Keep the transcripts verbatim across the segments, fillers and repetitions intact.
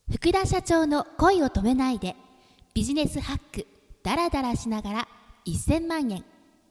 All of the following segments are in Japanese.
福田社長の恋を止めないでビジネスハックダラダラしながらせんまんえん。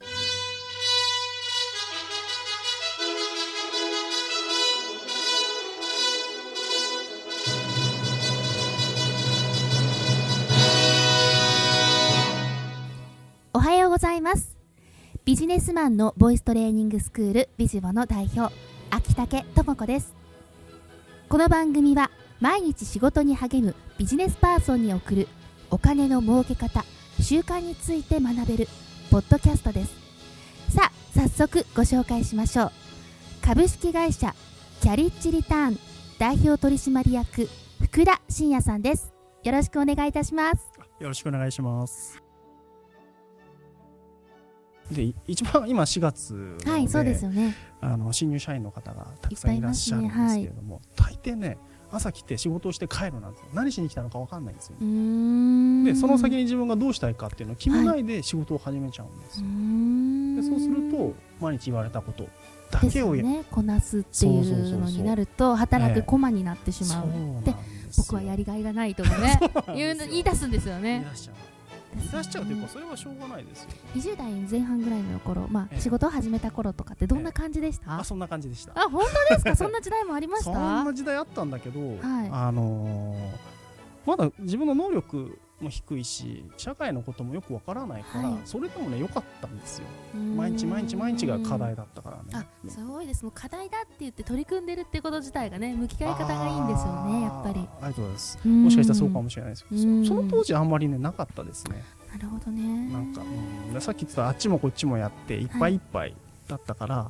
おはようございます。ビジネスマンのボイストレーニングスクールビジボの代表秋竹智子です。この番組は毎日仕事に励むビジネスパーソンに送るお金の儲け方、習慣について学べるポッドキャストです。さあ早速ご紹介しましょう。株式会社キャリッジリターン代表取締役福田真也さんです。よろしくお願いいたします。 よろしくお願いします。で一番今しがつなので、 はい、そうですよね。あの新入社員の方がたくさんいらっしゃるんですけれども、ね、はい、大抵ね朝来て仕事をして帰るなんて何しに来たのか分かんないんですよ。うーんでその先に自分がどうしたいかっていうのを決めないで仕事を始めちゃうんですよ。はい、うーんでそうすると毎日言われたことだけを、 ね、こなすっていうのになると働く駒になってしまう、えー、で僕はやりがいがないとかね言う言い出すんですよね。 言い出しちゃう言い出しちゃうというかそれはしょうがないですよ。 にじゅう代前半ぐらいの頃、まあええ、仕事を始めた頃とかってどんな感じでした？ ええ、あそんな感じでした。 あ、本当ですか？そんな時代もありました？ そんな時代あったんだけど、はい、あのー、まだ自分の能力も低いし社会のこともよくわからないから、はい、それでもね良かったんですよ。毎日毎日毎日が課題だったからね。 あ、すごいです。もう課題だって言って取り組んでるってこと自体がね向き合い方がいいんですよね、やっぱり。 ありがとうございます。もしかしたらそうかもしれないですけど、その当時あんまりねなかったですね。 なるほどね。 なんか、うん、さっき言ってたあっちもこっちもやっていっぱいいっぱいだったから、はい、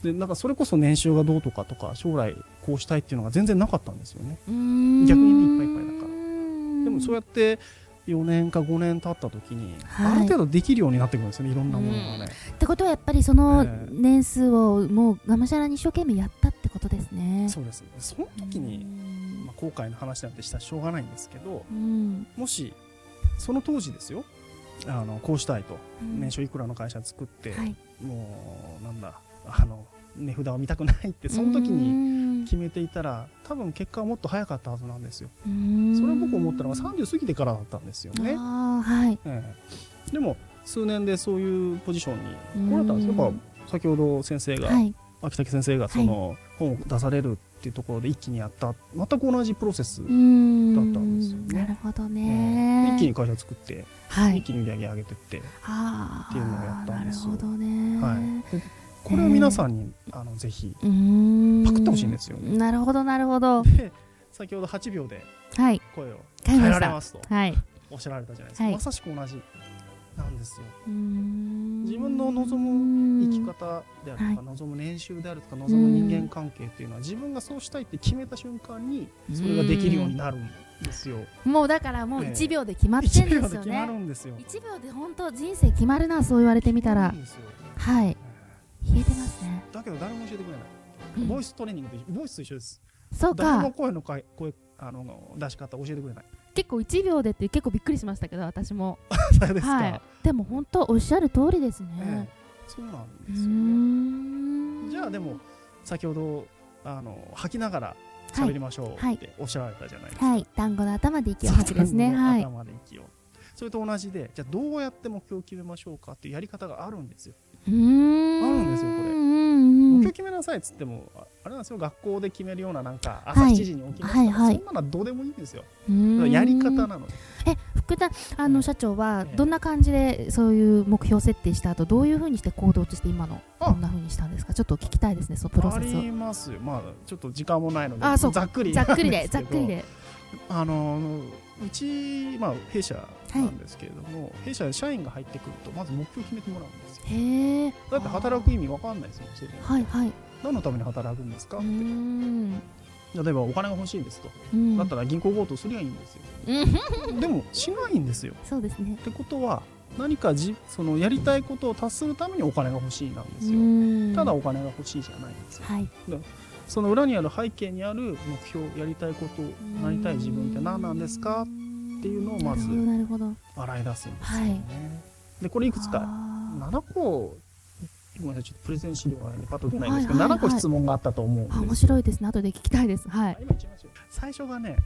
でなんかそれこそ年収がどうとかとか将来こうしたいっていうのが全然なかったんですよね。逆にねいっぱいいっぱいだから。でもそうやってよねんかごねん経った時に、はい、ある程度できるようになってくるんですよね、いろんなものがね。 ってことはやっぱりその年数をもうがむしゃらに一生懸命やったってことですね。 そうですね。その時に、まあ、後悔の話なんてしたらしょうがないんですけど、もしその当時ですよ、あのこうしたいと、うん、年収いくらの会社作って、はい、もうなんだあの値札を見たくないってその時に決めていたら多分結果はもっと早かったはずなんですよ。それを僕思ったのがさんじゅう過ぎてからだったんですよね。 あ、はい、 ええ、でも数年でそういうポジションに来られたんですよ。やっぱ先ほど先生が、はい、秋竹先生がその本を出されるっていうところで一気にやった全く同じプロセスだったんですよね。 なるほどね、 えー、一気に会社作って、はい、一気に売り上げ上げてってっていうのをやったんですよ。 なるほどね、 はい、これを皆さんに、えー、あのぜひパクってほしいんですよね。 なるほどなるほど。 で先ほどはちびょうで声を変えられますとおっしゃられたじゃないですか、はい、まさしく同じなんですよ。自分の望む生き方であるとか、はい、望む年収であるとか望む人間関係っていうのは自分がそうしたいって決めた瞬間にそれができるようになるんですよ。 もうだからもういちびょうで決まってるんですよね。いちびょうで決まるんですよ。いちびょうで本当人生決まるな、そう言われてみたら。はい、冷えてますね。 だけど誰も教えてくれない、うん、ボイストレーニングとボイスと一緒です。 そうか、 誰も声の声あの出し方教えてくれない。 結構いちびょうでって結構びっくりしましたけど私もそうですか、はい、 でも本当おっしゃる通りですね、ええ、 そうなんですよね。じゃあでも先ほどあの吐きながら喋りましょうっておっしゃられたじゃないですか。 はい、単語の頭で息を吐くですね。 はい、頭で息を、それと同じでじゃあどうやって目標を決めましょうかっていうやり方があるんですよ。うーん、あるんですよこれ。目標決めなさいっつってもあれなんですよ、学校で決めるようななんか朝しちじに起きますとか、はいはいはい、そんなのはどうでもいいんですよ。やり方なので。 え、福田あの、えー、社長はどんな感じでそういう目標設定した後どういうふうにして行動として今のこんなふうにしたんですか？ちょっと聞きたいですね、そのプロセスを。ありますよ。まあちょっと時間もないのであ、そうざっくりざっくりでざっくりであのうち、まあ、弊社なんですけれども、はい、弊社で社員が入ってくるとまず目標を決めてもらうんですよ。へー、だって働く意味わかんないですよ。はいはい、何のために働くんですかって。例えばお金が欲しいですと、うん、だったら銀行強盗すりゃいいんですよでもしないんですよ。そうですね。ってことは何かじそのやりたいことを達するためにお金が欲しいなんですよ。ただお金が欲しいじゃないんですよ、はい、その裏にある背景にある目標、やりたいこと、なりたい自分って何なんですかっていうのをまず洗い出すんですよね、はい、でこれいくつかななこ、ごめんなさい、ちょっとプレゼン資料が、ね、パッと出ないんですけど、はいはいはい、ななこ質問があったと思うんです。 あ、面白いですね。後で聞きたいです。はい、 今言っちゃいますよ。最初がね、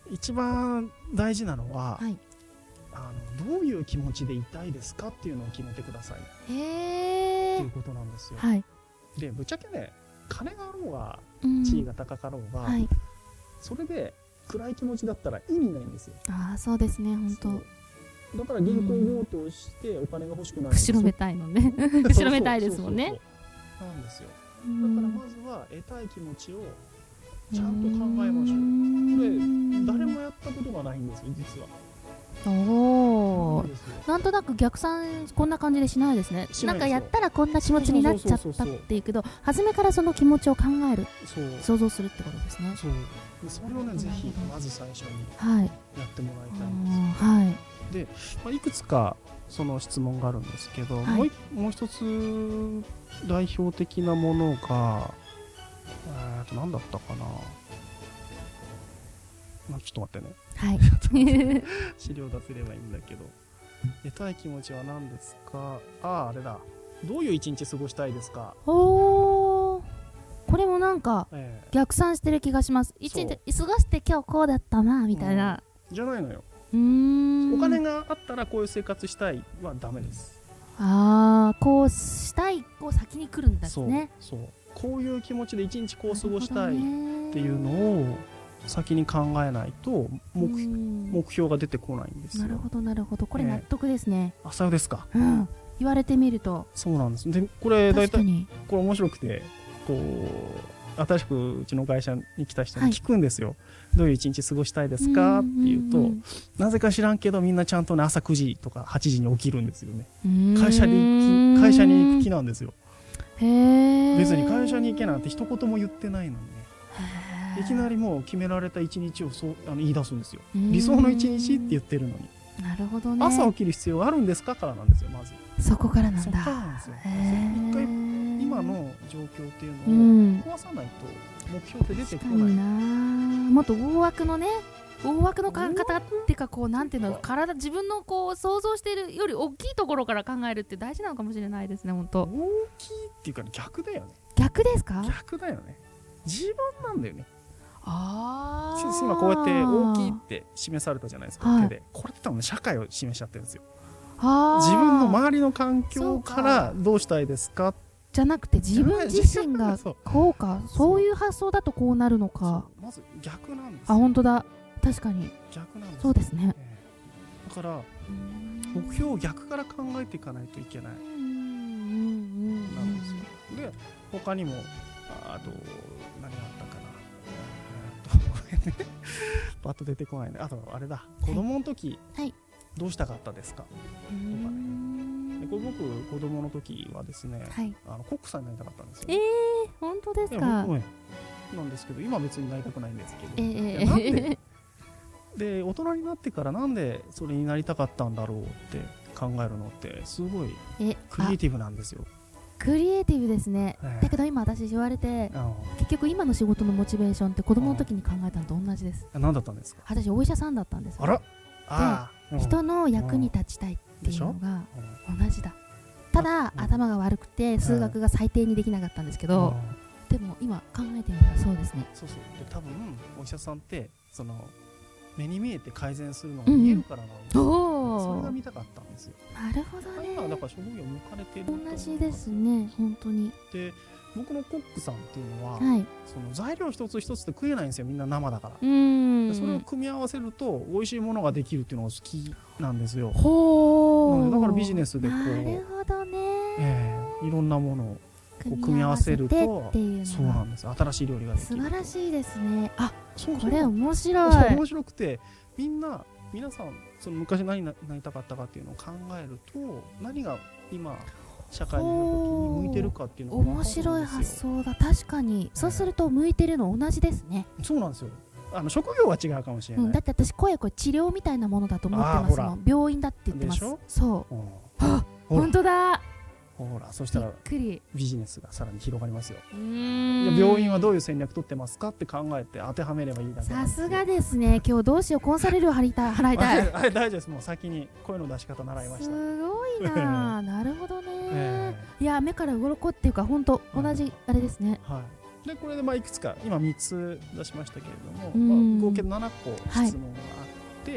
一番大事なのは、 はい、 あのどういう気持ちでいたいですかっていうのを決めてください。 へーっていうことなんですよ。 はい、でぶっちゃけね、金があろうが、 うん、 地位が高かろうが、 はい、 それで暗い気持ちだったら意味ないんですよ。 ああ、そうですね、本当。 だから銀行強盗してお金が欲しくなるんですよ。 後ろめたいのね。後ろめたいですもんね。 そうそうそうなんですよ。だからまずは得たい気持ちをちゃんと考えましょう。これ誰もやったことがないんですよ、実は。 おお、なんとなく逆算こんな感じでしないですね。なんかやったらこんな気持ちになっちゃったっていうけど、初めからその気持ちを考える、想像するってことですね。 そうそれをね、ぜひまず最初にやってもらいたいんですよ。 はい。 で、まあ、いくつかその質問があるんですけど、はい、もうもう一つ代表的なものが、えーと何だったかな。まあ、ちょっと待ってね。はい。資料出せればいいんだけど、得たい気持ちは何ですか。ああ、あれだ。どういう一日過ごしたいですか。 おー、これもなんか逆算してる気がします。一日過ごして今日こうだったなみたいな、 うん、じゃないのよ。 うーん、 お金があったらこういう生活したいはダメです。 ああ、こうしたいを先に来るんですね。 そうそう、こういう気持ちで一日こう過ごしたいっていうのを先に考えないと 目, 目標が出てこないんですよ。 なるほどなるほど、これ納得ですね。 あ、そうですか、 うん、言われてみるとそうなんです。でこれ大体これ面白くて、こう新しくうちの会社に来た人に聞くんですよ、はい、どういう一日過ごしたいですかって言うと、うんうんうん、なぜか知らんけどみんなちゃんとね朝くじとかはちじに起きるんですよね。会社に会社に行く気なんですよ。へー、別に会社に行けなんて一言も言ってないのにね、いきなりもう決められた一日をそうあの言い出すんですよ。理想の一日って言ってるのに。 なるほどね。 朝起きる必要があるんですかからなんですよ。まずそこからなんだ。 そこからなんですよ。一回今の状況っていうのを壊さないと目標って出てこない、うん、 なもっと大枠のね、大枠の考え方っていうか、こうなんていうの、体自分のこう想像しているより大きいところから考えるって大事なのかもしれないですね。本当。 大きいっていうか、ね、逆だよね。 逆ですか。 逆だよね。自分なんだよね。 ああ、 今こうやって大きいって示されたじゃないですか、はい、手で。これって多分社会を示しちゃってるんですよ。自分の周りの環境からどうしたいですかじゃなくて、自分自身がこうか、そういう発想だとこうなるのか。 まず逆なんです。 あ、本当だ、確かに逆なんです。 そうですね、 えー、だから目標を逆から考えていかないといけないなんですよ。で他にもあと何があったかな、パッと出てこないね。あとあれだ、子供の時、はい、どうしたかったですかとかね。でこれ僕子供の時はですね、はい、あのコックさんになりたかったんですよ、ね。 えー、本当ですか。 僕なんですけど、今別になりたくないんですけど、 えー、なんでで大人になってからなんでそれになりたかったんだろうって考えるのってすごいクリエイティブなんですよ。 クリエイティブですね、えー、だけど今私言われて、結局今の仕事のモチベーションって子供の時に考えたのと同じです。 何だったんですか。 私お医者さんだったんです。 あら、あで、うん、人の役に立ちたいっていうのが同じだ。ただ、うん、頭が悪くて数学が最低にできなかったんですけど、うん、でも今考えてみたらそうですね。 そうそう。で多分お医者さんってその目に見えて改善するのが見えるからなんですよ、うんうん、それが見たかったんですよ。 なるほどね。 今だから職業向かれてると思います。 同じですね、本当に。 で僕のコックさんっていうのは、はい、その材料一つ一つで食えないんですよ、みんな生だから。うん、でそれを組み合わせると美味しいものができるっていうのが好きなんですよ。ほー、だからビジネスでこう、 なるほどね、 えー、いろんなものをこう組み合わせると、そうなんです、新しい料理ができる。 素晴らしいですね。あ、そうそう、これ面白い。 面白くて、みんな皆さんその昔何になりたかったかっていうのを考えると、何が今社会にいる時に向いてるかっていうのが分かるんですよ。 面白い発想だ。確かに、そうすると向いてるの同じですね。 そうなんですよ。あの職業は違うかもしれない、うん、 だって私声これ治療みたいなものだと思ってますもん。病院だって言ってます。そう、あ、本当だ。 ほら、そしたらビジネスがさらに広がりますよ。うーん、病院はどういう戦略取ってますかって考えて当てはめればいいだけ。 さすがですね。今日どうしよう、コンサル料払いたい払いたい。 あれ大丈夫です。もう先に声の出し方習いました。 すごいな。なるほどね、えー、いや目から鱗っていうか本当同じあれですね、 はい。 でこれでまあいくつか今みっつ出しましたけれども、まあ、合計ななこ質問があって、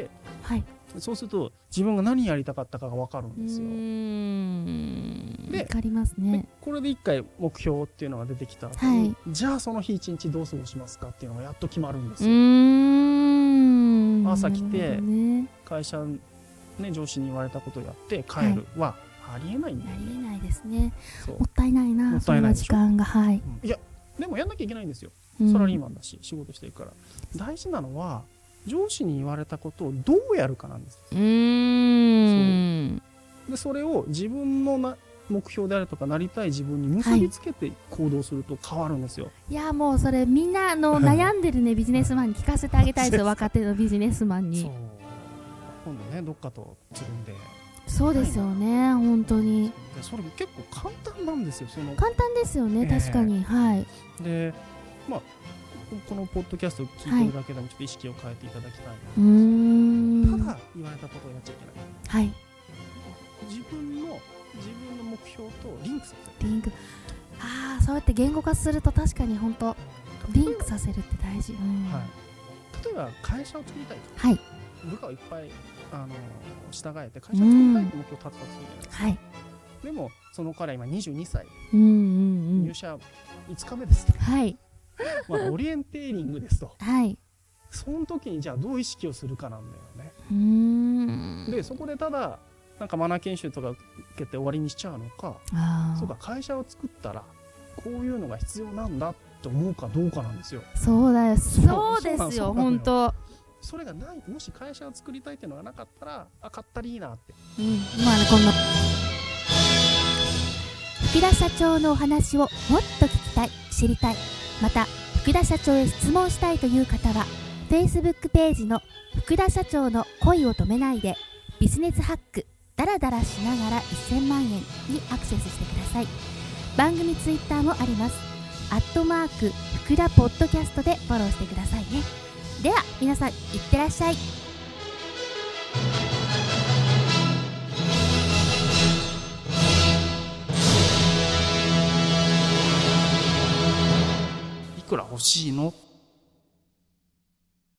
はいはい、そうすると自分が何やりたかったかが分かるんですよ。うーんで分かりますね。 これでいっかい目標っていうのが出てきた後に、はい、じゃあその日一日どう過ごしますかっていうのがやっと決まるんですよ。うーん朝来て、ね、会社、ね、上司に言われたことをやって帰るは、はい、ありえないんだよね。 ありえないですね。もったいないな、もったいないでしょ。その時間が、はい、 うん、いやでもやんなきゃいけないんですよ。サラリーマンだし仕事してるから。大事なのは上司に言われたことをどうやるかなんです。うーん そ, でそれを自分のな目標であるとかなりたい自分に結びつけて行動すると変わるんですよ。はい、 いやもうそれみんなの悩んでるねビジネスマンに聞かせてあげたいですよ。若手のビジネスマンに。そう今度ねどっかとつるんで。 そうですよね本当に。 それ結構簡単なんですよ。その簡単ですよね、えー、確かに。はいでまあこのポッドキャストを聞いてるだけでもちょっと意識を変えていただきたいんです。ただ言われたことをやっちゃいけない。はい。自分の自分の目標とリンクさせる。リンク。 ああそうやって言語化すると確かに本当リンクさせるって大事。うん、 はい。例えば会社を作りたいと。はい。部下をいっぱいあの従えて会社を作りたいと目標を立てたとするじゃないですか。はい。でもその彼は今にじゅうにさい。うんうんうん。入社いつかめです。はい。まあ、オリエンテーリングですと、はい、その時にじゃあどう意識をするかなんだよね。うーんでそこでただなんかマナー研修とか受けて終わりにしちゃうのか、あそうか会社を作ったらこういうのが必要なんだって思うかどうかなんですよ。 そうだよそうですよ本当。 それがないもし会社を作りたいっていうのがなかったらあ買ったらいいなって、 うん、まあねこんな福田社長のお話をもっと聞きたい知りたいまた福田社長へ質問したいという方は Facebook ページの福田社長の恋を止めないでビジネスハックダラダラしながらせんまんえんにアクセスしてください。番組ツイッターもあります。アットマーク福田ポッドキャストでフォローしてくださいね。では皆さんいってらっしゃい。 いくら欲しいの